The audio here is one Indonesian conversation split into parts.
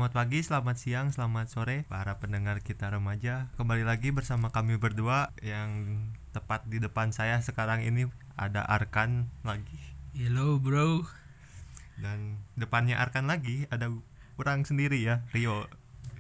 Selamat pagi, selamat siang, selamat sore para pendengar kita remaja. Kembali lagi bersama kami berdua. Yang tepat di depan saya sekarang ini ada Arkan lagi. Hello bro. Dan depannya Arkan lagi ada orang sendiri ya, Rio.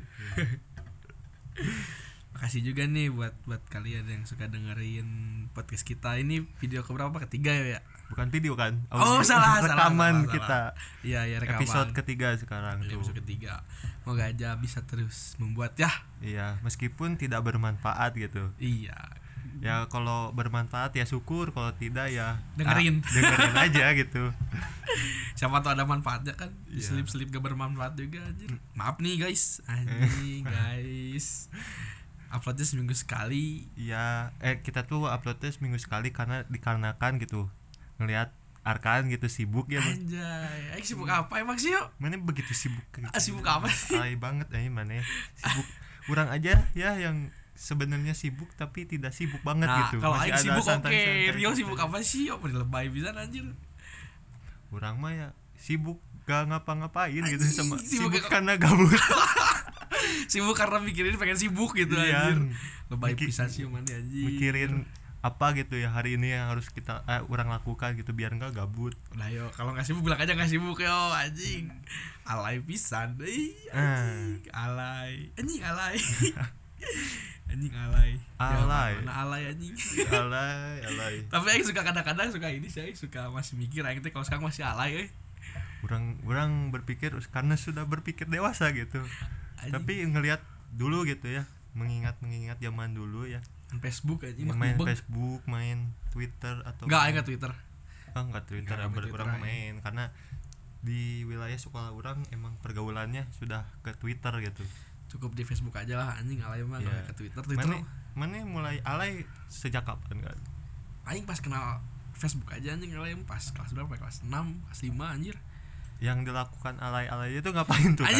Makasih juga nih buat kalian yang suka dengerin podcast kita. Ini video keberapa? Ketiga ya? Bukan video kan? Oh salah. Rekaman kita. Iya rekaman. Episode ketiga sekarang tuh. Episode ketiga. Moga aja bisa terus membuat ya. Iya, meskipun tidak bermanfaat gitu. Iya. Ya kalau bermanfaat ya syukur, kalau tidak ya dengerin aja gitu. Siapa tahu ada manfaatnya kan. Iya. Selip-selip gak bermanfaat juga anjir. Maaf nih guys. Anjing guys. Uploadnya seminggu sekali. Iya, kita tuh uploadnya seminggu sekali dikarenakan gitu ngelihat Arkan gitu sibuk ya. Anjay, sibuk apa emang sih yuk? Mana begitu sibuk gitu. Sibuk apa sih? Alay banget mana sibuk. Kurang aja ya yang sebenarnya sibuk tapi tidak sibuk banget gitu. Kalau aing sibuk oke. Rio gitu. sibuk apa sih? Apa lebay bisa anjir. Kurang mah ya sibuk gak ngapa-ngapain gitu sama sibuk karena gabut. Sibuk karena mikirin pengen sibuk gitu iya, anjir. Lebay pisan sih mana anjir. Mikirin apa gitu ya hari ini yang harus kita orang lakukan gitu biar enggak gabut. Nah yo kalau nggak sibuk bilang aja nggak sibuk yo anjing. Alay pisan anjing. Alay. Anjing alay. Anjing alay. Alay. Ya, mana alay anjing. Alay. Tapi aing suka kadang-kadang suka ini sih, suka masih mikir aing teh kalau sekarang masih alay Orang berpikir karena sudah berpikir dewasa gitu. Anjing. Tapi ngelihat dulu gitu ya, mengingat zaman dulu ya. Facebook aja main Facebook, main Twitter atau enggak Twitter. Enggak Twitter, orang main karena di wilayah sekolah orang emang pergaulannya sudah ke Twitter gitu. Cukup di Facebook aja lah anjing alay mah yeah. Ke Twitter. Mana mulai alay sejak kapan kan? Aing pas kenal Facebook aja anjing alay pas kelas berapa? Kelas 6, kelas 5 anjir. Yang dilakukan alay itu ngapain tuh?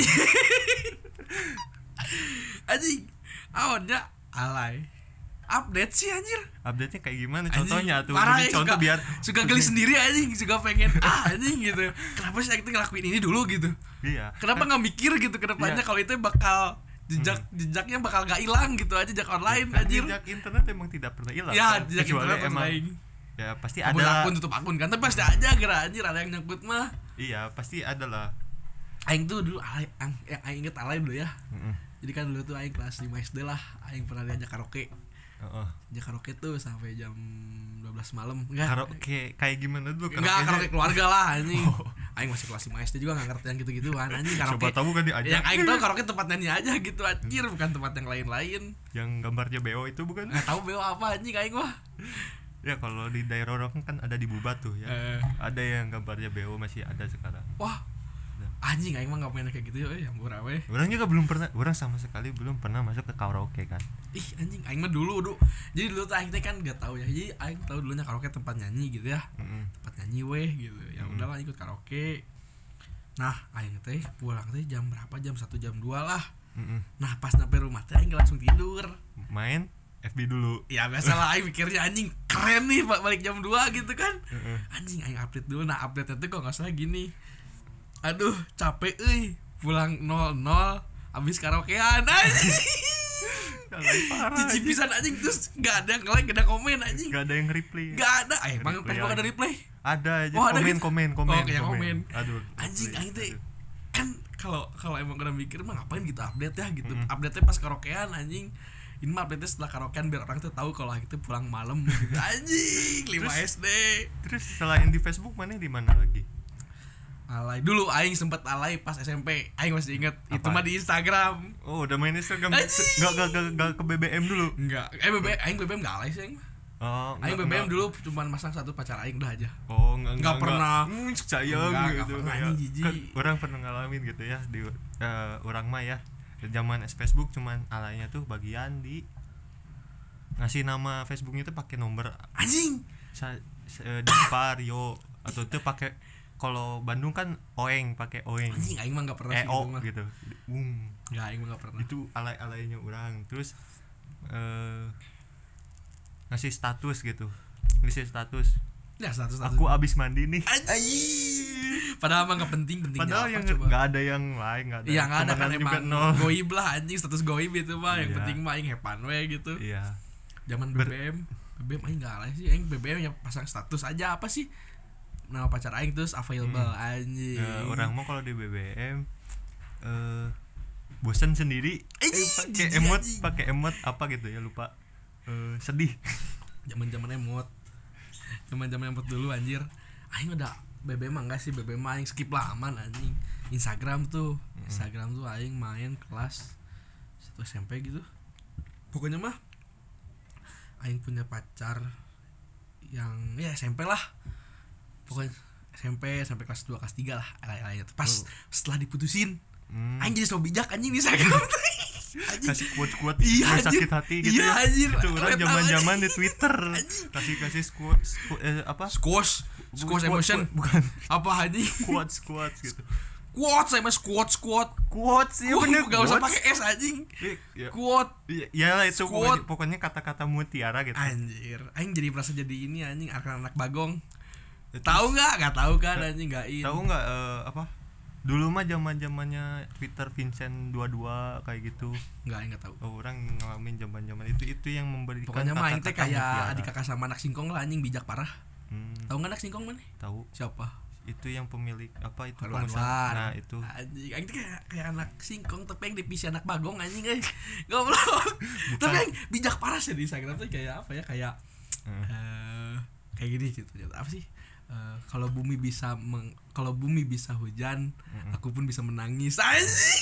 Anjing. Awalnya alay. Update sih anjir. Update-nya kayak gimana? Contohnya tuh. Jadi contoh biar suka geli sendiri anjing, suka pengen anjing gitu. Kenapa sih kita ngelakuin ini dulu gitu? Iya. Kenapa enggak mikir gitu ke depannya kalau itu bakal jejaknya bakal gak hilang gitu aja jejak online anjir. Jejak internet emang tidak pernah hilang. Ya, kan? jejak internet emang. Ya pasti ada ada. Tutup akun kan, tapi pasti aja gara anjir ada yang nyangkut mah. Iya, pasti ada lah. Aing tuh dulu aing inget alay dulu ya. Jadi kan dulu tuh aing kelas 5 SD lah, aing pernah diajak karaoke. Dia karaoke tuh sampai jam 12 malam. Enggak. Karaoke kayak gimana dulu karaoke? Enggak, karaoke keluarga lah anjing. Aing masih kelas 5 SD juga enggak ngerti yang gitu-gituan anjing karaoke. Coba tahu kan diajak. Yang aing tahu karaoke tempat nyanyi aja gitu anjir, bukan tempat yang lain-lain. Yang gambarnya BO itu bukan? Enggak tahu BO apa anjing aing mah. Ya kalau di daerah orang kan ada di Bubat tuh ya. Ada yang gambarnya BO masih ada sekarang. Wah. Anjing aing mah enggak main kayak gitu ya, yang murah we. Orang juga belum pernah, orang sama sekali belum pernah masuk ke karaoke kan. Ih anjing aing mah dulu. Jadi dulu tuh aing teh kan enggak tahu ya. Jadi aing tahu dulunya karaoke tempat nyanyi gitu ya. Tempat nyanyi weh gitu. Ya udahlah ikut karaoke. Nah, aing teh pulang teh jam berapa? Jam 1 jam 2 lah. Nah, pas nyampe rumah teh aing langsung tidur. Main FB dulu. Ya biasalah aing mikirnya anjing keren nih balik jam 2 gitu kan. Anjing aing update dulu. Nah, update itu kok enggak salah gini. Aduh, capek euy. Pulang 00 habis karaokean anjing. Cici pisan anjing terus enggak ada yang like, enggak ada komen anjing. Enggak ada yang reply. Enggak ada. Emang Facebook ada reply? Ada aja. Komen. Komen. Aduh. Anjing aing teh kan kalau emang udah mikir mah ngapain gitu update ya gitu. Update-nya pas karaokean anjing. Ini mah update setelah karaokean biar orang tuh tahu kalau itu pulang malam gitu. Anjing 5 SD. Terus selain di Facebook mana di mana lagi? Alay dulu aing sempet alay pas SMP. Aing masih inget. Apa? Itu mah di Instagram. Oh, udah main Instagram. Enggak ke BBM dulu. Enggak. Aing BBM enggak alay sih aing. Oh, aing BBM dulu cuman masang satu pacar aing udah aja. Oh, enggak pernah. Sayang gitu. Anjing jijik. Kan orang pernah ngalamin gitu ya di orang mah ya. Zaman Facebook cuman alaynya tuh bagian di ngasih nama Facebooknya tuh pakai nomor anjing. Di Vario atau tuh pakai kalau Bandung kan oeng, pakai oeng. Anjing aing mah enggak pernah sih gitu mah. Gitu. Enggak aing mah enggak pernah. Itu alay-alaynya orang. Terus ngasih status gitu. Ngisi status. Ya status. Aku abis mandi nih. Anjing. Padahal mah nggak penting padahal apa yang coba. nggak ada yang lain, nggak ada Iya nggak ada kan temenan juga emang nol. goib lah anjing, status goib itu mah yang Iya. penting mah aing hepan we gitu. Iya. Zaman BBM aing nggak alay sih, aing BBM yang pasang status aja apa sih nama pacar aing terus available anjing. Orang mau kalau di BBM bosan sendiri pakai emot apa gitu ya, lupa. Sedih. Zaman emot dulu anjir. Aing udah BBM mah enggak sih, BBM mah aing skip lah aman anjing. Instagram tuh aing main kelas 1 SMP gitu. Pokoknya mah aing punya pacar yang ya SMP lah. Pokoknya SMP sampai kelas 2 kelas 3 lah alay-alay. Pas setelah diputusin aing jadi so bijak anjing di Instagram. Kasih quote Iya, sakit hati gitu iya, ya. anjir. Itu orang zaman-zaman di Twitter kasih apa Squash emotion bukan apa anjing? quotes gitu. Quotes sama squat Quotes ya bener, gak usah pakai S anjing. Ya, Quote ya itu Quote. pokoknya kata-kata mutiara gitu. anjir. Aing jadi merasa jadi ini anjing anak bagong. Tahu nggak tahu kan anjing gain. Tahu nggak apa? Dulu mah zaman-zamannya Twitter Vincent 22 kayak gitu. Enggak tahu. Orang ngalamin zaman-zaman itu yang memberikan Pokoknya mah aing teh kata-kata kayak mutiara. adik kakak sama anak singkong lah anjing, bijak parah. Tahu nggak anak singkong mana? Tahu. Siapa? Itu yang pemilik apa itu Haluan pasar. Besar. Nah itu Anjing, aing teh kayak anak singkong tapi yang divisi anak bagong anjing euy. Goblok. Tapi aing bijak parah sih di Instagram tuh kayak apa ya? Kayak kayak gini gitu. Apa sih? Kalau bumi bisa hujan, aku pun bisa menangis. Anjing.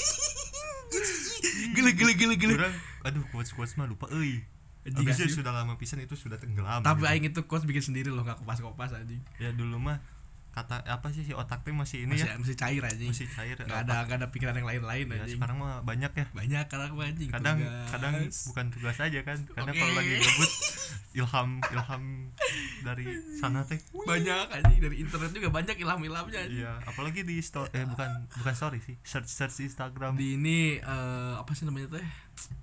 Gila. orang, aduh quotes mah lupa euy. Anjing, Abisnya asli. sudah lama pisan itu sudah tenggelam. Tapi gitu. aing itu quotes bikin sendiri loh, enggak kopas-kopas anjing. Ya dulu mah kata apa sih si otak tuh masih ini Masih cair anjing. masih cair. Enggak ada pikiran yang lain-lain Ya, anjing. sekarang mah banyak ya. Banyak karena aku anjing. Kadang tugas. bukan tugas aja kan. Karena Oke. kalau lagi gabut ilham dari sana teh. banyak anjing, dari internet juga banyak ilham-ilhamnya anjing. Iya, apalagi di bukan story sih. Search Instagram. Di ini apa sih namanya teh?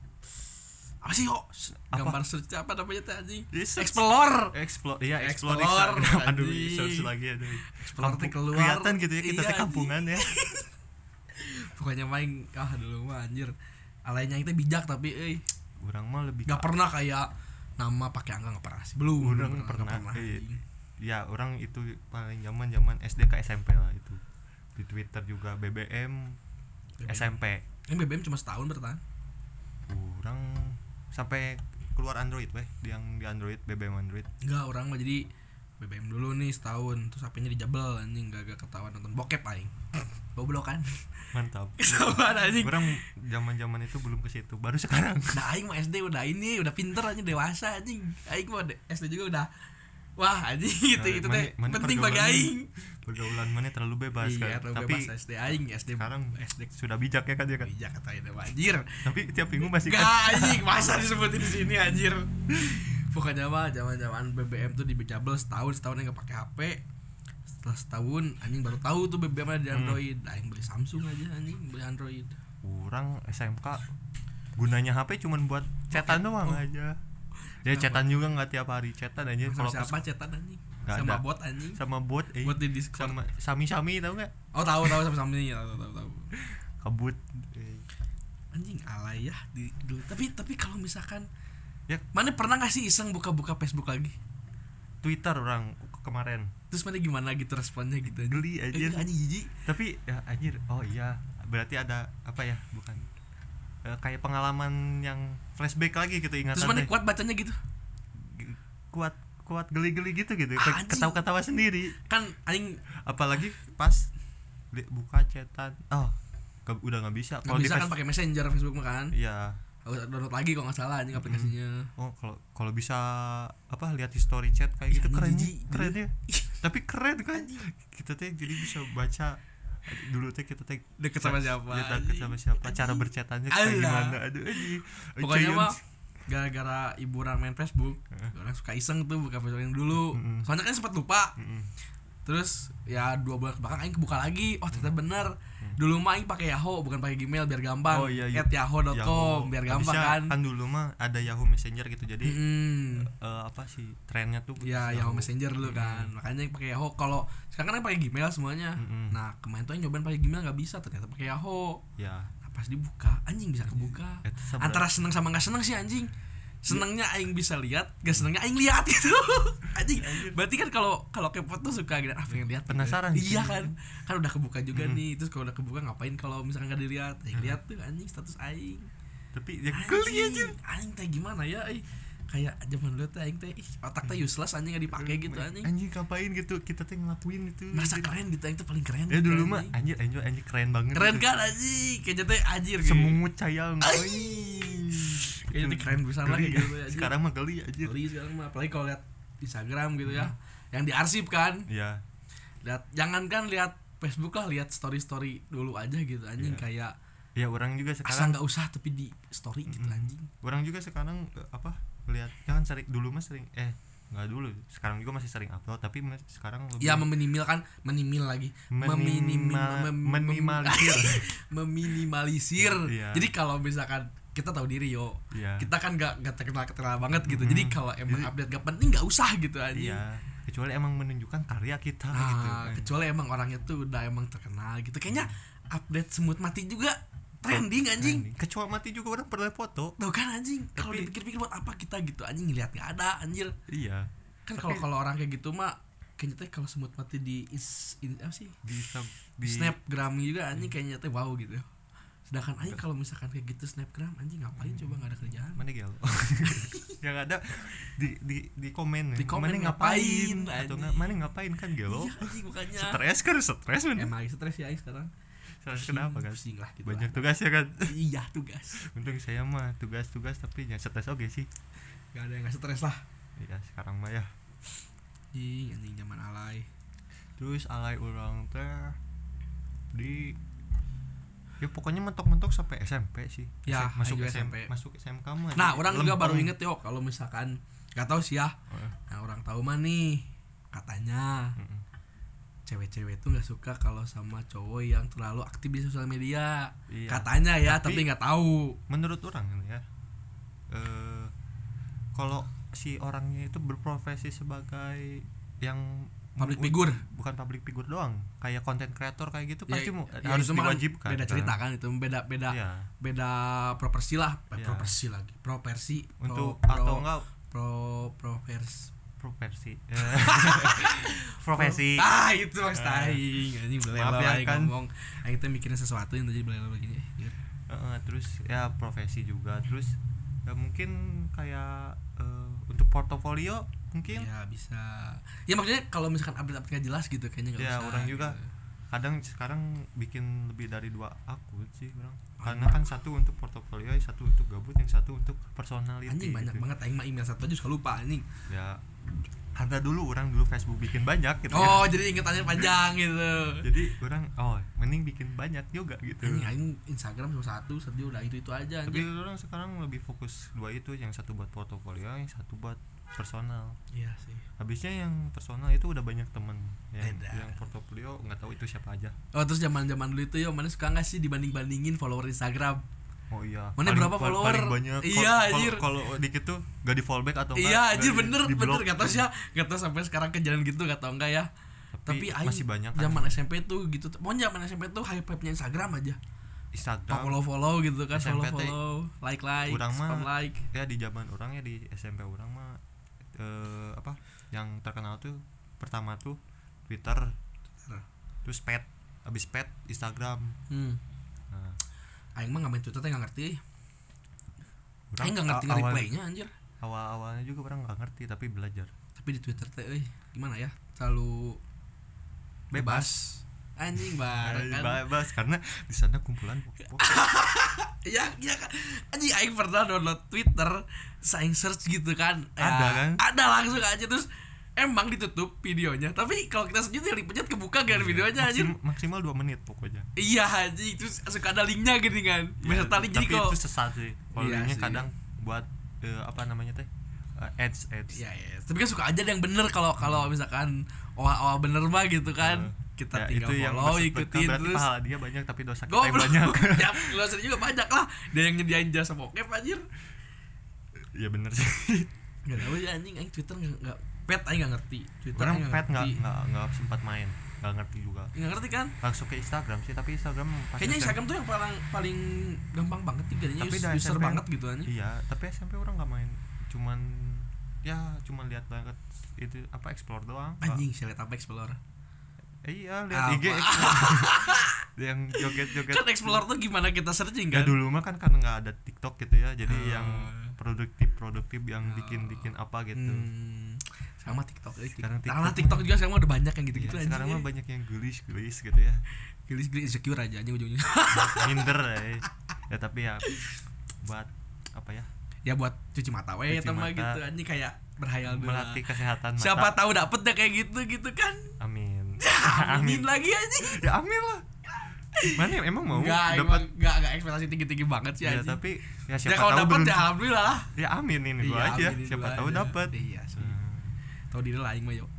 Apa sih kok gambar search apa namanya teh anjing? Di search- Explore. Explore Explore, Instagram. Aduh, anjing. search lagi aduh. Explore teh keluar. Kelihatan gitu ya kita Iya, teh kampungan ya. Pokoknya main dulu mah anjir. Alaynya itu bijak tapi Orang mah lebih enggak pernah kayak nama pakai angka enggak pernah sih. Belum. Orang nggak pernah. anjing. Ya, orang itu paling zaman SD ke SMP lah itu. Di Twitter juga BBM. SMP. Ini BBM cuma setahun bertahan. Orang sampai keluar Android yang di Android BBM Android. Enggak, orang mah jadi BBM dulu nih setahun, terus HP-nya dijabel anjing, gak ketahuan nonton bokep aing. Goblok kan. Mantap. Ketahuan anjing. Orang zaman-zaman itu belum ke situ, baru sekarang. Nah, aing mah SD udah pinter anjing, dewasa anjing. Aing mah SD juga udah wah anjing gitu teh penting bagi aing. Pergaulan mana terlalu bebas Iya, kan. terlalu Tapi bebas SD aing, SD sekarang SD sudah bijak ya kan dia kan. bijak katanya anjir. Tapi tiap minggu masih Gak kan. anjing, masa disebutin di sini anjir. Pokoknya mah zaman-zaman BBM tuh dibecabel setahun enggak pakai HP. Setelah setahun anjing baru tahu tuh BBM ada di Android. Aing beli Samsung aja anjing, beli Android. Orang SMK gunanya HP cuman buat chatan doang aja. Ya chatan juga nggak tiap hari chatan aja. Sama Kalau siapa chatan anjing? Nggak Sama ada. bot anjing. sama bot Bot di Discord. sama sami tahu nggak? Oh tahu sama ini tahu. Kabut. Anjing alay ya dulu. Tapi kalau misalkan Ya. mana pernah nggak sih iseng buka Facebook lagi? Twitter orang kemarin Terus mana gimana gitu responnya gitu? geli aja. Anjing jijik. Tapi ya anjir, oh iya berarti ada apa ya, bukan kayak pengalaman yang flashback lagi gitu ingatan. Terus mana kuat bacanya gitu? kuat geli-geli gitu Anjing. ketawa-ketawa sendiri. Kan anjing Apalagi pas buka chatan udah nggak bisa nggak bisa kan pakai Messenger Facebook mah kan? iya. Harus download lagi kalau nggak salah anjing aplikasinya. Kalau bisa lihat history chat kayak gitu Anjing, keren jijik. ya. Tapi keren kan kita teh jadi bisa baca. Dulu teh kita teh Deket sama siapa? deket sama siapa, cara berchatannya kayak Alah. gimana. Aduh Pokoknya mah gara-gara hiburan main Facebook, orang suka iseng tuh buka Facebook yang dulu. Soalnya kan sempat lupa. Terus ya 2 bulan kebelakang aing kebuka lagi. Oh ternyata bener. Dulu mah aing pakai Yahoo bukan pakai Gmail biar gampang. Oh iya, @yahoo.com biar gampang Habisnya, kan. Kan dulu mah ada Yahoo Messenger gitu. Jadi apa sih trennya tuh Ya Yahoo Messenger dulu kan. Makanya aing pakai Yahoo. Kalau sekarang kan aing pakai Gmail semuanya. Nah, kemarin tuh aing nyobain pakai Gmail enggak bisa, ternyata pakai Yahoo. Ya. Nah, pas dibuka anjing bisa kebuka. Antara seneng sama enggak seneng sih anjing. Senengnya aing bisa lihat, gak senengnya aing lihat gitu. Anjing. Berarti kan kalau kepo tuh suka gitu, pengen lihat. Penasaran. Gitu. Iya kan. Kan udah kebuka juga nih. Terus kalau udah kebuka ngapain kalau misalkan enggak dilihat? Aing lihat tuh anjing status aing. Tapi ya geli aja. Aing teh gimana ya? Kayak zaman dulu teh aing teh otak teh useless anjing enggak dipakai gitu anjing. Anjing ngapain gitu? Kita teh ngelakuin itu. Merasa keren gitu, aing tuh paling keren. Ya gitu, dulu mah anjir keren banget. Keren gitu. kan anjing? Kayaknya teh anjir gitu. Semungut cayang. Kayaknya teh keren bisa lah gitu ya. Sekarang mah geli anjir. Geli sekarang mah apalagi kalau lihat Instagram gitu ya. Yang diarsip kan. Iya. Lihat jangankan lihat Facebook lah, lihat story dulu aja gitu anjing kayak ya orang juga asal sekarang nggak usah tapi di story gitu anjing. Orang juga sekarang lihat jangan sering dulu mah sering nggak dulu sekarang juga masih sering upload tapi sekarang lebih ya meminimalisir meminimalisir Iya. Jadi kalau misalkan kita tahu diri Iya. kita kan nggak terkenal banget gitu. Jadi kalau emang update gak penting nggak usah gitu anjing. Iya, kecuali emang menunjukkan karya kita gitu kan. Kecuali emang orangnya tuh udah emang terkenal gitu. Kayaknya update semut mati juga trending anjing. Kecoa mati juga orang pernah foto. Tuh kan anjing. Kalau dipikir-pikir buat apa kita gitu anjing ngeliat gak ada anjir. Iya. Kan kalau orang kayak gitu mah kayaknya teh kalau semut mati di apa sih? Di Snapgram juga anjing kayaknya teh wow gitu. Sedangkan anjing kalau misalkan kayak gitu Snapgram anjing ngapain coba enggak ada kerjaan. Mana gelo? Yang ada di komen. Di komen mana ngapain? Atau mana ngapain kan gelo? Iya anjing bukannya. Stres men. Emang stres ya sekarang. Kenapa kan? Pusing lah gitu. Banyak tugas ya kan? Iya tugas. Untung saya mah tugas tapi jangan stres oke sih. Gak ada yang gak stres lah. Iya sekarang mah ya. Anjing zaman alay. Terus alay orang teh di ya pokoknya mentok-mentok sampai SMP sih. Ya masuk SMP. Masuk SMK mah. Nah orang juga baru inget kalau misalkan gak tahu sih ya. Nah orang tahu mah nih katanya cewek-cewek tuh nggak suka kalau sama cowok yang terlalu aktif di sosial media. Iya. Katanya ya tapi nggak tahu. Menurut orang ya kalau si orangnya itu berprofesi sebagai yang public figure, bukan public figure doang, kayak content creator kayak gitu ya, pasti ya harus diwajibkan. Beda cerita kan itu beda proporsi lah, proporsi lagi, proporsi untuk atau enggak profesi itu maksud aing anjing maaf ya kan ngomong aing teh mikirin sesuatu yang tadi belelo begini terus ya profesi juga terus ya mungkin kayak untuk portofolio mungkin ya bisa ya maksudnya kalau misalkan update gak jelas gitu kayaknya nggak ya usah orang juga gitu. Kadang sekarang bikin lebih dari 2 akun sih orang karena kan satu untuk portofolio satu untuk gabut yang satu untuk personality anjing banyak banget aing mah email satu aja suka lupa anjing ya karena dulu Facebook bikin banyak gitu jadi ingetannya panjang gitu jadi orang mending bikin banyak juga gitu aing Instagram cuma satu udah itu aja tapi orang sekarang lebih fokus 2 itu yang satu buat portofolio yang satu buat personal. Iya sih. Habisnya yang personal itu udah banyak temen yang portofolio nggak tahu itu siapa aja. Terus zaman dulu itu mana suka nggak sih dibanding-bandingin follower Instagram? Oh iya. Mana berapa follower? Paling banyak. Iya anjir. Kalau dikit tuh gak di fallback atau enggak? Iya anjir bener gak tau sih ya. Gak tau sampai sekarang kejadian gitu gak tau enggak ya. Tapi masih banyak kan. Zaman SMP tuh gitu. Pokoknya zaman SMP tuh hype-nya Instagram aja. Instagram follow gitu kan, follow like spam like. Ya di zaman orang ya di SMP orang mah yang terkenal tuh pertama tuh Twitter. Terus abis Instagram. Nah, aing mah nggak main Twitter teh nggak ngerti. Aing nggak ngerti replaynya anjir. Awalnya juga orang nggak ngerti tapi belajar. Tapi di Twitter teh, gimana ya? Selalu bebas. Anjing banget kan. Bebas karena di sana kumpulan ya anjing aing pernah download Twitter, saing search gitu kan. Ada kan? Ada langsung aja terus emang ditutup videonya. Tapi kalau kita search yang dipencet kebuka kan videonya anjir. Maksimal 2 menit pokoknya. Iya anjing, terus suka ada linknya gitu kan. Beserta link jadi kok. Tapi itu sesat sih. Kalau linknya kadang buat apa namanya teh? ads ya, tapi kan suka aja ada yang bener kalau misalkan oa bener mah gitu kan. Kita tinggal follow, ikutin terus. Pahala dia banyak tapi dosa kita yang banyak. Ya, dosa juga banyak lah. Dia yang nyediain jasa bokep anjir. Iya bener sih. Gak tahu ya anjing Twitter enggak pet aing enggak ngerti. Twitter orang pet enggak sempat main. Enggak ngerti juga. Enggak ngerti kan? Langsung ke Instagram sih, tapi Instagram kayaknya Instagram tuh yang paling gampang banget sih kayaknya user SMP, banget gitu anjing. Iya, tapi SMP orang enggak main. Cuman lihat banget itu apa explore doang. Anjing, saya lihat apa explore. Iya, lihat IG yang joget-joget. Kan explore tuh gimana kita searching kan? Ya dulu mah kan karena enggak ada TikTok gitu ya. Jadi yang produktif yang bikin apa gitu. Sama TikTok. Karena TikTok juga sekarang udah banyak yang gitu-gitu aja. Sekarang mah banyak yang gelis gitu ya. Gelis insecure aja ujungnya. Minder ya tapi ya buat apa ya? Ya buat cuci mata tambah gitu anjing kayak berhayal dulu. Melatih kesehatan mata. Siapa tahu dapet dah kayak gitu kan. Amin. Amin lagi anjing. Ya amin lah. Mana emang mau dapat enggak ekspektasi tinggi-tinggi banget sih anjing. Ya tapi ya siapa tahu dapat ya alhamdulillah lah. Ya amin ini gua aja. Siapa tahu dapat. Iya sih. Tahu diri lah aing mah yo.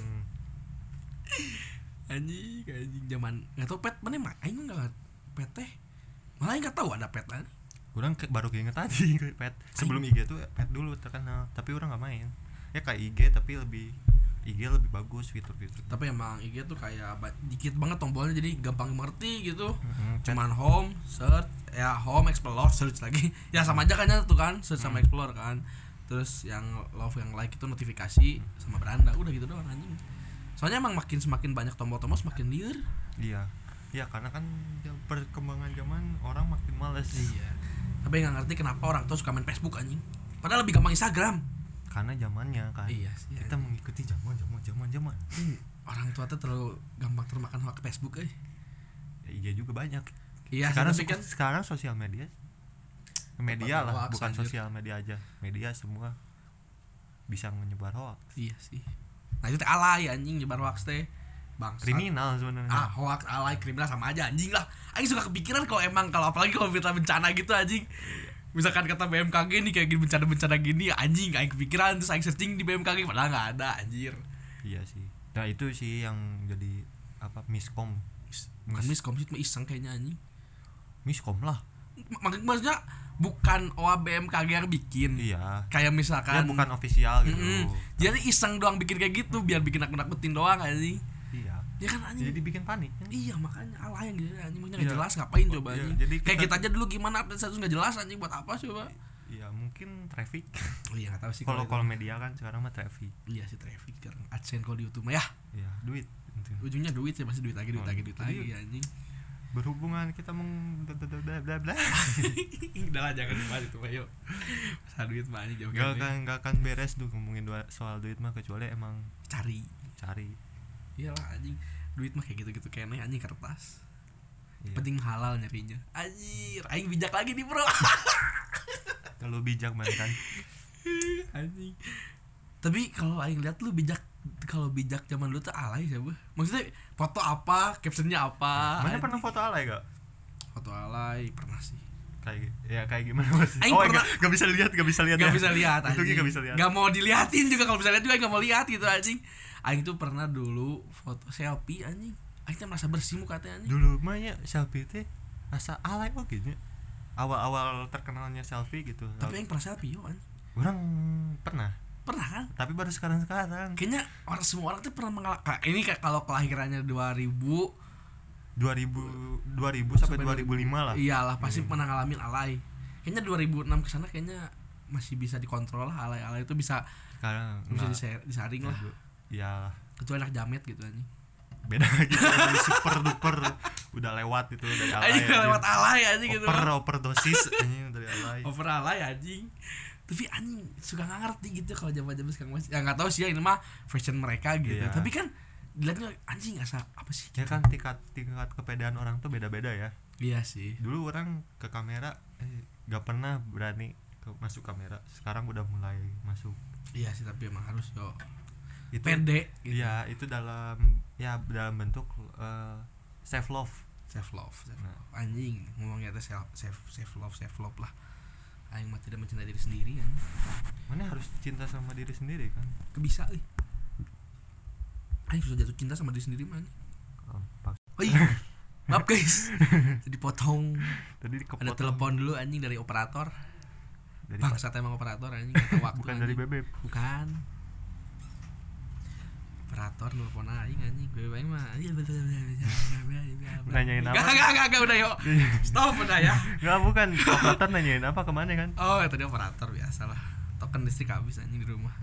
Anjing zaman enggak tahu pet mana mah aing enggak pet teh. Malah enggak tahu ada pet lah. Orang baru keinget aja pet. Sebelum IG tuh pet dulu terkenal, tapi orang enggak main. Ya kayak IG tapi IG lebih bagus fitur-fitur. Tapi emang IG tuh kayak dikit banget tombolnya jadi gampang mengerti gitu. Cuman home, search, home, explore, search lagi. Ya sama aja kan tuh kan, search sama explore kan. Terus yang love yang like itu notifikasi sama beranda. Udah gitu doang anjing. Soalnya emang semakin banyak tombol-tombol semakin liar. Iya. Ya karena kan perkembangan zaman orang makin males. Iya. Tapi nggak ngerti kenapa orang tuh suka main Facebook anjing. Padahal lebih gampang Instagram. Karena zamannya kan. Iya sih. Kita mengikuti zaman. Orang tua tuh terlalu gampang termakan hoax Facebook Ya, IG juga banyak. Iya, sekarang sosial media lah, bukan sosial media aja. Media semua bisa menyebar hoax. Iya sih. Nah, itu alay anjing nyebar hoax teh. Bangsat. Kriminal sebenarnya. Hoax, alay, kriminal sama aja anjing lah. Aing suka kepikiran kalau apalagi kalau berita bencana gitu anjing. Misalkan kata BMKG nih kayak gini bencana gini anjing aing kepikiran terus aing searching di BMKG padahal enggak ada anjir. Iya sih. Nah, itu sih yang jadi apa miskom. Bukan miskom sih cuma iseng kayaknya anjing. Miskom lah. Maksudnya bukan OA BMKG yang bikin. Iya. Kayak misalkan ya bukan official gitu. Jadi iseng doang bikin kayak gitu biar bikin nakut-nakutin doang anjing. Iya. Ya kan anjing. Jadi bikin panik. Iya makanya alay yang gitu anjing maksudnya enggak jelas ngapain coba anjing. Jadi kayak kita aja dulu gimana update status enggak jelas anjing buat apa coba? Iya, mungkin traffic. Oh iya enggak tahu sih kalau media kan sekarang mah traffic. Iya sih traffic sekarang. AdSense kalau di YouTube mah ya. Iya, duit. Ujungnya duit sih pasti duit lagi anjing. Berhubungan kita bla bla bla. Udah lah jangan dibahas itu mah yuk. Masalah duit mah anjing jauh enggak akan beres tuh ngomongin soal duit mah kecuali emang cari. Iyalah anjing. Duit mah kayak gitu-gitu kene anjing kertas. Iya. Penting halal nyarinya. Anjir, aing bijak lagi nih, Bro. Kalau bijak man kan. Anjing. Tapi kalau aing lihat lu bijak zaman dulu tuh alay siapa? Maksudnya foto apa, captionnya apa? Mana pernah foto alay gak? Foto alay pernah sih. Kayak gimana Mas? Enggak bisa lihat. Gak bisa lihat anjing. Enggak bisa lihat. Enggak mau diliatin juga kalau bisa lihat juga enggak mau lihat gitu anjing. Aing tuh pernah dulu foto selfie anjing. Aing tuh merasa bersih muka teh anjing. Dulu mah ya selfie teh asa alay gitu. Awal-awal terkenalnya selfie gitu. Tapi aing pernah selfie yo anjing. Orang pernah kan? Tapi baru sekarang. Kayaknya semua orang tuh pernah mengalami ini kayak kalau kelahirannya 2000 sampai 2005 lah. Iyalah pasti pernah ngalamin alay. Kayaknya 2006 ke sana kayaknya masih bisa dikontrol lah alay-alay itu bisa sekarang bisa disaring lah. Iyalah. Kecuali anak jamet gitu anjing. Beda gitu super duper udah lewat itu dari alay. Anjing udah lewat alay anjing gitu. Overdosis anjing dari alay. Over alay anjing. Tapi anjing suka enggak ngerti gitu kalau zaman-zaman sekarang masih. Ya enggak tahu sih ya ini mah fashion mereka gitu. Iya. Tapi kan dilihatnya anjing asa apa sih? Ya kan tingkat kepedean orang tuh beda-beda ya. Iya sih. Dulu orang ke kamera enggak pernah berani masuk kamera. Sekarang udah mulai masuk. Iya sih tapi emang harus yo. Itu pede gitu. Iya, itu dalam bentuk self love. Nah. Anjing ngomongnya teh self love lah. Aing mah tidak mencintai diri sendiri kan. Mana harus cinta sama diri sendiri kan. Kebisa aing susah jatuh cinta sama diri sendiri man. Oh iya maaf guys dipotong tadi ada telepon dulu anjing dari operator dari bangsat emang operator anjing gak tahu waktu bukan anjing. dari bebek bukan operator nelpon aing anjing bebek mah nanyain apa enggak udah yuk stop udah ya enggak bukan operator nanyain apa kemana kan. oh tadi operator biasa lah token listrik habis anjing di rumah.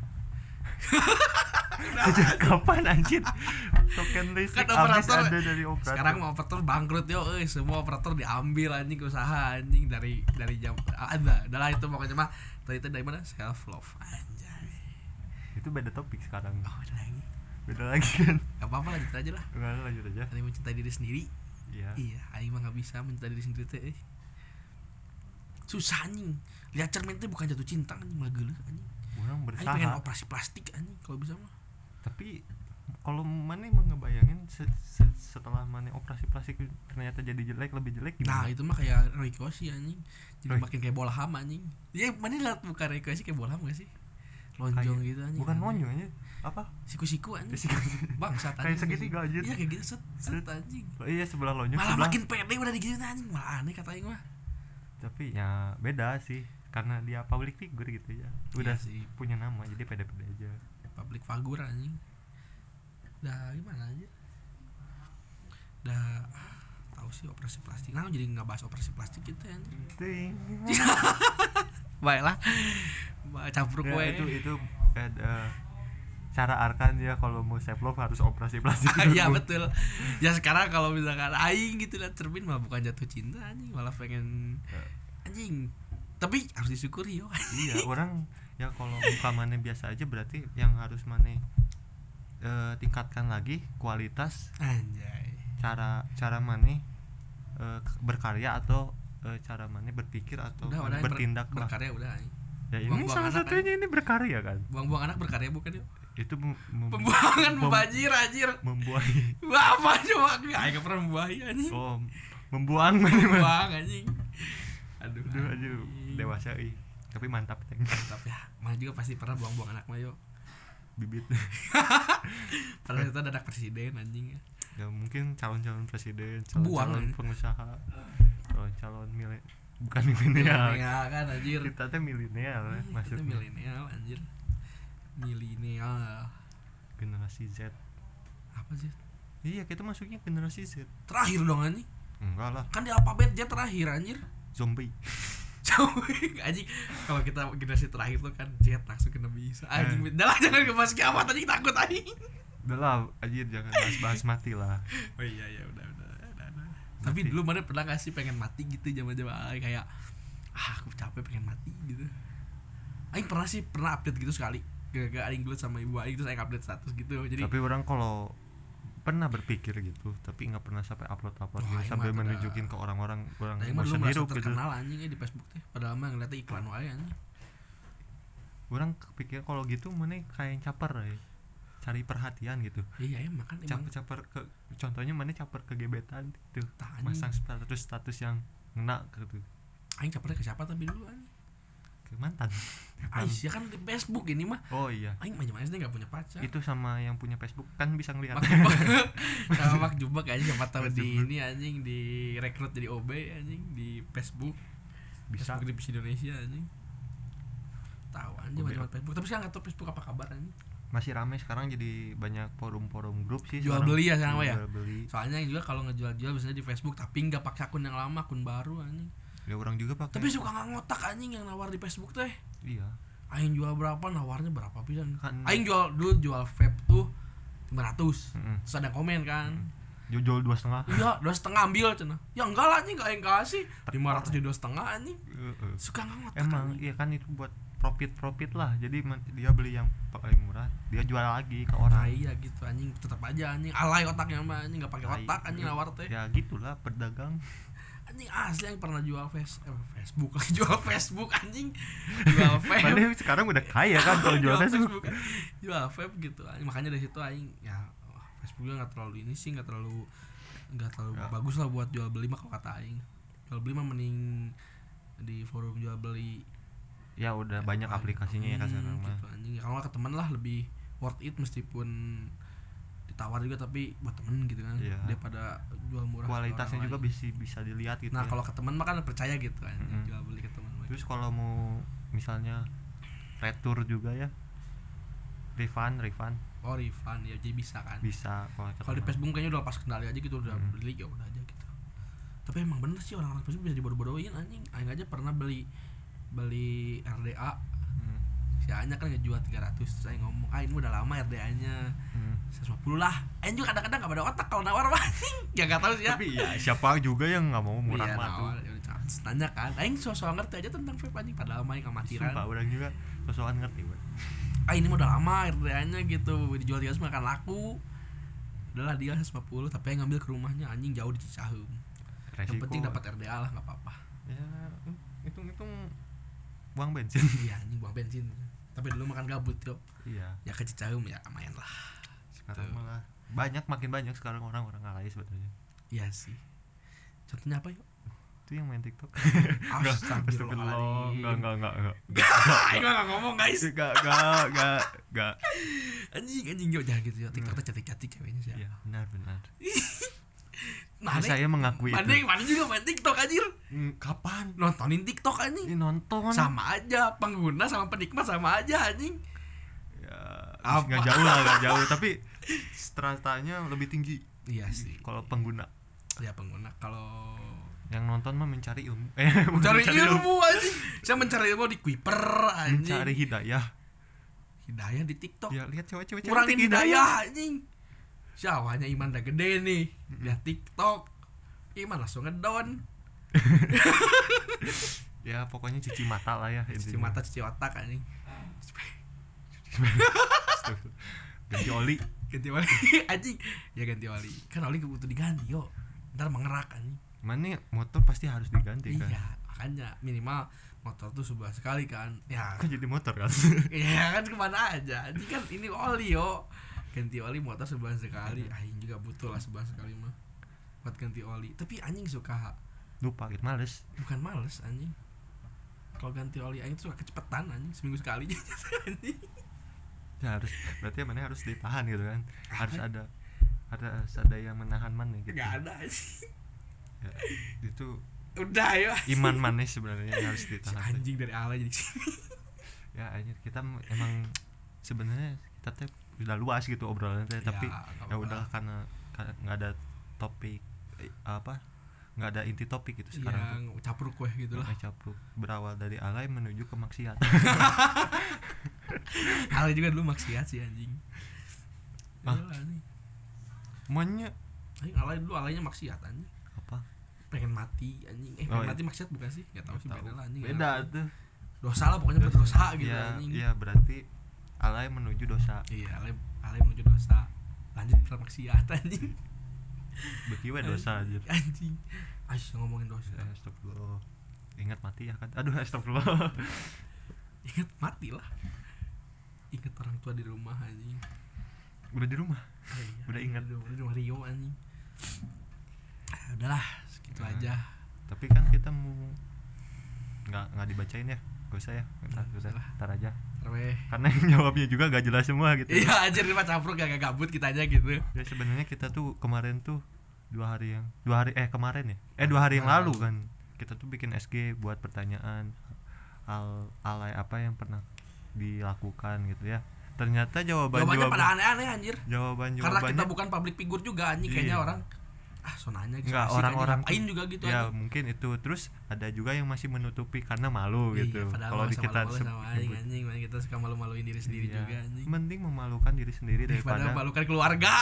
Sejak kapan anjir token listrik kan habis operator ada dari operator. Sekarang mau operator bangkrut yo semua operator diambil anjing usaha anjing dari jam ada adalah itu pokoknya mah tadi itu dari mana self love anjay. Itu beda topik sekarang. Oh beda lagi kan. Gak apa-apa lanjut aja lah. Enggak lanjut aja. Aing mencintai diri sendiri. Iya aing mah gak bisa mencintai diri sendiri teh susah anjing. Lihat cermin teh bukan jatuh cinta anjing malah geuleuh anjing. Orang Aing berusaha pengen operasi plastik anjing kalau bisa mah. tapi kalau mana mau ngebayangin setelah mana operasi plastik ternyata jadi jelek lebih jelek Nah gimana? itu mah kayak Roy Koshi anjing. Jadi Roy. makin kayak bola ham anjing. Ya mana lihat muka Roy Koshi kayak bola ham gak sih? Lonjong Kayak, gitu anjing. bukan lonjong aja apa Siku-siku anjing. Siku- Bangsat kayak segitiga aja. Iya kayak gitu set anjing. Iya sebelah lonjong Malah sebelah makin pede udah digituin anjing. Malah aneh kata aing mah. tapi ya beda sih karena dia public figure gitu ya udah Iya sih. punya nama jadi pede-pede aja. Public figure anjing. Dah gimana aja. Dah tahu sih operasi plastik. Nah jadi nggak bahas operasi plastik gitu anjing. Ting. Baiklah. Campur Ya, gue. itu ada cara Arkan ya kalau mau self love harus operasi plastik. Iya betul. Ya sekarang kalau misalkan aing gitu lihat cermin mah bukan jatuh cinta anjing malah pengen anjing. Tapi harus disyukuri yo. Iya orang ya kalau muka mana biasa aja berarti yang harus mana tingkatkan lagi kualitas Anjay. cara mana berkarya atau cara mana berpikir atau Udah bertindak lah. berkarya udah aing. Ya ini Buang-buang salah anak, satunya ini berkarya kan. Buang-buang anak berkarya bukan yuk? Itu Pembuangan mubazir anjir. membuahi. Wah, apa coba aing gak pernah membuahi anjing. Oh, membuang mana mah. Buang anjing. Aduh Dewasa tapi mantap teng. Tapi ya, mah juga pasti pernah buang-buang anak mah yo. Bibit. Pernah itu ada anak presiden anjing. Ya mungkin calon-calon presiden, Buang, calon-calon pengusaha, calon bukan milenial. Milenial kan anjir. Kita teh milenial Kita maksudnya. milenial anjir. Milenial. Generasi Z. Apa sih? Iya, kita masuknya generasi Z. Terakhir dong anjing. Enggak lah, Kan di alfabet Z terakhir anjir. zombie. Anjing kalau kita generasi terakhir tuh kan Z langsung kena bisa. Anjing udah lah jangan ngebahas kiamat anjing takut anjing. Udah lah, anjir jangan bahas mati lah. Oh iya udah. Tapi dulu mana pernah gak sih pengen mati gitu zaman-zaman aing kayak aku capek pengen mati gitu. Aing pernah update gitu sekali. Gara-gara aing gelut sama ibu aing terus aing update status gitu. Jadi Tapi orang kalau pernah berpikir gitu, tapi nggak pernah sampai upload Wah, gitu, ini sampai mah menunjukin ke orang-orang orang aing mah bosan dulu merasa hidup gitu. terkenal anjing di Facebook teh. Padahal mah ngeliatnya iklan wae anjing. Orang kepikir kalau gitu mana kayak caper ya. Cari perhatian gitu. Iya emang kan emang Caper ke contohnya mana caper ke gebetan gitu. Tanya. Masang status yang ngena gitu. aing capernya ke siapa tapi dulu anjing. Ke mantan. Ais ya kan di Facebook ini mah. Oh iya. Aing mah zaman SD enggak punya pacar. Itu sama yang punya Facebook kan bisa ngeliat. Sama Mak Jubak anjing siapa tahu Mak di Jubak. ini anjing di rekrut jadi OB anjing di Facebook. Bisa. Facebook divisi Indonesia anjing. Tahu anjing OB. macam Facebook. Tapi sekarang enggak tahu Facebook apa kabar anjing. Masih ramai sekarang jadi banyak forum-forum grup sih. Jual sekarang. beli ya sekarang mah ya? Jual beli. Soalnya yang juga kalau ngejual-jual biasanya di Facebook tapi enggak pakai akun yang lama, akun baru anjing. Ya orang juga pakai. Tapi suka enggak ngotak anjing yang nawar di Facebook teh. Iya. Aing jual berapa nawarnya berapa pisan. Kan- Aing jual vape tuh 500. Mm-mm. Terus ada komen kan. Jual 2,5. Iya, 2,5 ambil cenah. Ya enggak lah anjing, enggak yang kasih. 500 jadi 2,5 anjing. Suka enggak ngotak. Emang anjing. iya kan itu buat profit lah. Jadi dia beli yang paling murah, dia jual lagi ke orang. Nah, iya gitu anjing, tetap aja anjing alay otaknya mah anjing enggak pakai otak anjing nawar teh. Ya gitulah pedagang. Anjing asli yang pernah jual Facebook lagi jual Facebook anjing. Jual vape. Padahal sekarang udah kaya kan kalau jual Facebook. Jual vape gitu anjing. Makanya dari situ aing ya Facebooknya enggak terlalu ini sih, enggak terlalu ya. Bagus lah buat jual beli mah kalau kata aing. Jual beli mah mending di forum jual beli ya udah banyak aplikasinya ya kan sekarang mah gitu, anjing. Kalau nggak ke teman lah lebih worth it meskipun ditawar juga tapi buat temen gitu kan daripada jual murah kualitasnya juga bisa dilihat gitu. Nah kalau ke teman mah kan percaya gitu kan jual beli ke teman. Terus kalau mau misalnya retur juga ya refund oh refund ya jadi bisa kan bisa. Kalau di Facebook kayaknya udah lepas kendali aja gitu udah beli ya udah aja gitu. Tapi emang bener sih orang-orang Facebook bisa dibodoh-bodohin anjing. Aing aja pernah beli RDA. Si Anya kan ngejual 300 terus Aing ngomong, ini udah lama RDA-nya 150 lah. Aing juga kadang-kadang gak pada otak kalau nawar mah ya gak tahu sih ya. Tapi ya siapa juga yang gak mau murah mah tuh. Tanya kan, Aing so-soan ngerti aja tentang vape anjing padahal mah Aing amatiran. Sumpah orang juga so-soan ngerti buat. Ini mah udah lama RDA-nya gitu dijual 300 makan laku. Udahlah dia 150 tapi Aing ngambil ke rumahnya anjing jauh di Cicaheum. Yang penting dapat RDA lah nggak apa-apa. Ya hitung buang bensin. Iya anjing buang bensin. Tapi dulu makan gabut yo. Iya. Ya ke Cicaheum ya lumayan lah. Sekarang malah makin banyak sekarang orang-orang alay sebetulnya. Iya sih. Contohnya apa yuk? Itu yang main TikTok. Astagfirullah. Enggak. Aing enggak ngomong guys. Enggak. Anjing yo jangan gitu yo. TikTok tuh cantik-cantik ceweknya sih. Iya, benar. Nah, saya mengakui itu. Mana juga main TikTok anjir. Kapan? Nontonin TikTok anjing. Ini nonton. Sama aja, pengguna sama penikmat sama aja anjing. Ya, enggak jauh tapi stratanya lebih tinggi. Iya sih. Kalau pengguna. Ya pengguna kalau yang nonton mah mencari ilmu. Mencari ilmu anjing. Saya mencari ilmu di Kuiper anjing. Mencari hidayah di TikTok. Ya lihat cewek-cewek kurangin hidayah anjing. Syawahnya Iman udah gede nih. Lihat TikTok. Iman langsung ngedown. Ya pokoknya cuci mata lah ya. Cuci mata cuci otak anjing. Ganti oli anjing. Ya ganti oli. Kan oli butuh diganti yo. Ntar mengerak anjing. Mana motor pasti harus diganti kan. Iya, makanya minimal motor tuh sebulan sekali kan. Ya. Kan jadi motor kan. Iya kan kemana aja. Ini kan ini oli yo. Ganti oli motor sebulan sekali. Anjing juga butuh lah sebulan sekali mah. Buat ganti oli. Tapi anjing suka lupa gitu, males. Bukan males anjing. Kalau ganti oli anjing tuh suka kecepetan anjing seminggu sekali anjing. Ya harus berarti mana harus ditahan gitu kan. Harus ada yang menahan mana gitu. Enggak ada anjing. Ya, itu udah ya. Iman manis sebenarnya yang harus ditahan. Si anjing dari ala jadi sini. Ya anjir kita emang sebenarnya kita tuh udah luas gitu obrolannya tapi ya udah karena nggak ada topik nggak ada inti topik gitu sekarang yang capruk gitu lah. Capruk berawal dari alay menuju ke maksiat. Alay juga dulu maksiat sih anjing. Nih. Maunya anjing alay dulu alaynya maksiat anjing. Apa? Pengen mati anjing. Pengen mati maksiat bukan sih? Enggak tahu sih beda lah anjing. Beda tuh. Dosa lah pokoknya berdosa gitu ya, anjing. Iya berarti alay menuju dosa. Iya, alay menuju dosa. Lanjut ke maksiat anjing. Begitu dosa aja. Anjing. Asyik ngomongin dosa. Astagfirullah. Ingat mati ya kan. Aduh astagfirullah. Ingat mati lah. Ingat orang tua di rumah anjing. Udah di rumah. Iya, udah ingat. Udah di rumah Rio anjing. Udahlah, segitu aja. Tapi kan kita mau enggak dibacain ya. Gak usah ya. Ntar aja. Karena yang jawabnya juga gak jelas semua gitu. Iya anjir ini mah capruk gak gabut kitanya gitu. Ya sebenarnya kita tuh kemarin tuh 2 hari yang lalu kan kita tuh bikin SG buat pertanyaan alay apa yang pernah dilakukan gitu ya. Ternyata jawabannya pada aneh-aneh anjir. Jawabannya karena kita bukan public figure juga anjing kayaknya orang sonanya gitu. Enggak, orang-orang lain juga gitu ya anjing. Mungkin itu terus ada juga yang masih menutupi karena malu gitu. Kalau di kita sama anjing kita suka malu-maluin diri sendiri juga anjing. Mending memalukan diri sendiri daripada memalukan keluarga.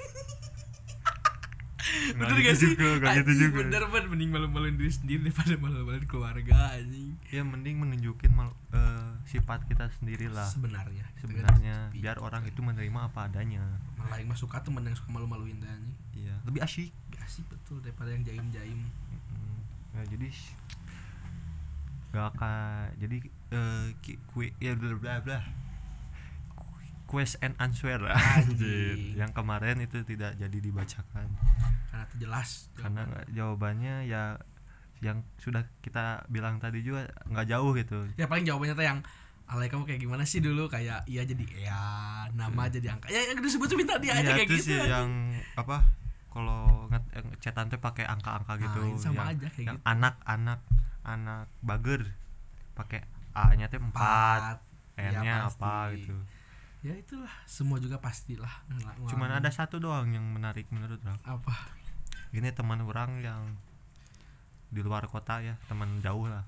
Bener gak sih? Gitu juga. Bener mending malu-maluin diri sendiri daripada malu-maluin keluarga anjing. Ya mending menunjukin sifat kita sendiri lah. Sebenarnya biar orang itu menerima apa adanya. Malah yang suka temen yang suka malu-maluin teh anjing. Iya, lebih asyik betul daripada yang jaim-jaim. Nah, jadi gak akan jadi ya bla bla question and answer anjir. Yang kemarin itu tidak jadi dibacakan karena itu jelas karena jawabannya ya yang sudah kita bilang tadi juga nggak jauh gitu. Ya paling jawabannya tuh yang alay kamu kayak gimana sih dulu, kayak iya jadi ya nama jadi angka ya yang disebut minta dia aja kayak gitu gitu sih yang apa kalau chatan tuh pakai angka-angka gitu. sama yang, aja kayak yang gitu. anak bager pakai A-nya tuh 4, N-nya ya, apa gitu. Ya itulah, semua juga pastilah. Cuman ada satu doang yang menarik menurut orang. Apa? Gini, teman orang yang di luar kota ya, teman jauh lah.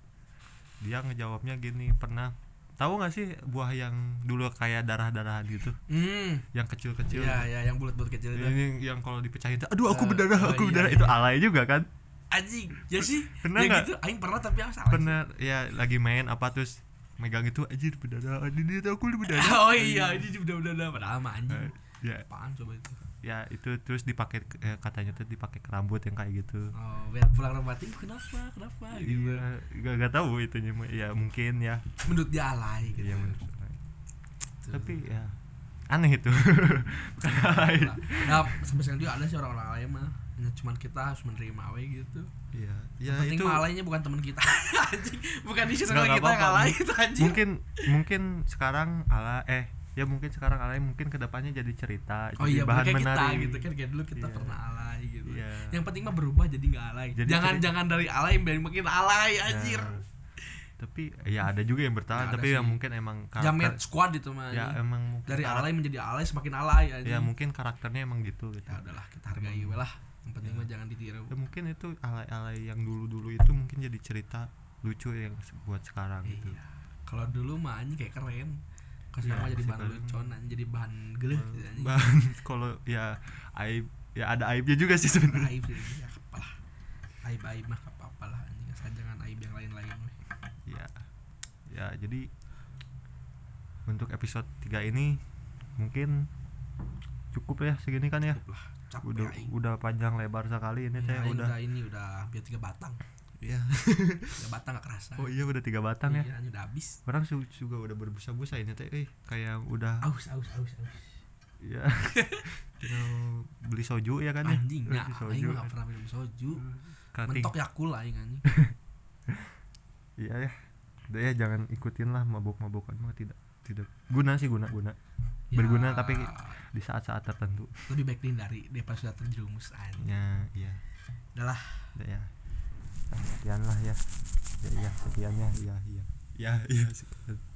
Dia ngejawabnya gini, pernah tahu nggak sih buah yang dulu kayak darah-darahan gitu, yang kecil-kecil. Ya, yang bulat-bulat kecil itu. Ini yang kalau dipecahin, aduh aku berdarah, berdarah. Itu alay juga kan? Anjing, ya sih. Pernah ya nggak? gitu, aing pernah tapi salah. Pernah ya, lagi main apa terus megang itu, anjir berdarah, ini aku berdarah. Oh iya, ini udah padahal mah anjing. Ya. Apaan coba itu? Ya itu terus dipakai katanya tuh dipakai ke rambut yang kayak gitu. Oh, biar pulang rambutnya kenapa gitu. Iya, gak tahu itunya, ya mungkin ya Menurut dia alay gitu. Iya menurut saya. Tapi ya aneh itu. Bukan alay. Nah, sampai sekarang juga ada sih orang-orang alay mah. Cuman kita harus menerima we gitu. Iya. Ya penting itu alaynya bukan teman kita. Anjing, bukan di situ kita apa-apa. yang alay itu anjing. Mungkin sekarang ya mungkin sekarang alay, mungkin kedepannya jadi cerita, jadi bahan menarik kita menarik gitu kan, kayak dulu kita pernah alay gitu. Yang penting mah berubah jadi nggak alay. Jadi jangan dari alay biar makin alay anjir. Tapi ya ada juga yang bertahan, tapi ya mungkin emang Jamet squad itu mah. Ya emang dari alay menjadi alay, semakin alay anjing. Ya mungkin karakternya emang gitu. Ya udahlah, kita hargai we lah. Yang penting mah jangan ditiru. Ya mungkin itu alay-alay yang dulu itu mungkin jadi cerita lucu yang buat sekarang gitu. Iya. Kalau dulu mah anjing kayak keren. Kalau jadi bahan lucon, jadi bahan geleh gitu anjing. Bahan kalau ya aib, ya ada aibnya juga sih sebenarnya. Aib sih ya, apalah. Aib mah apa-apa lah anjing, asal jangan aib yang lain-lain we. Ya jadi untuk episode 3 ini mungkin cukup ya segini kan ya. Udah panjang lebar sekali ini ya, udah hampir 3 batang. Iya. 3 batang gak kerasa. Oh iya, udah 3 batang ya. Iya, udah habis. Orang juga udah berbusa-busa ini kayak udah aus. Iya. Beli soju ya kan ya. Anjing, aing enggak pernah minum soju. Mentok Yakul aing anjing. Iya ya. Udah ya, jangan ikutin lah mabuk-mabukan mah, tidak guna sih, guna. Ya, berguna tapi di saat-saat tertentu. Lebih baik dihindari daripada sudah terjerumus anjing. Iya. Udahlah. Udah ya. Sekian lah ya. Ya sekian ya. Iya. Sekian.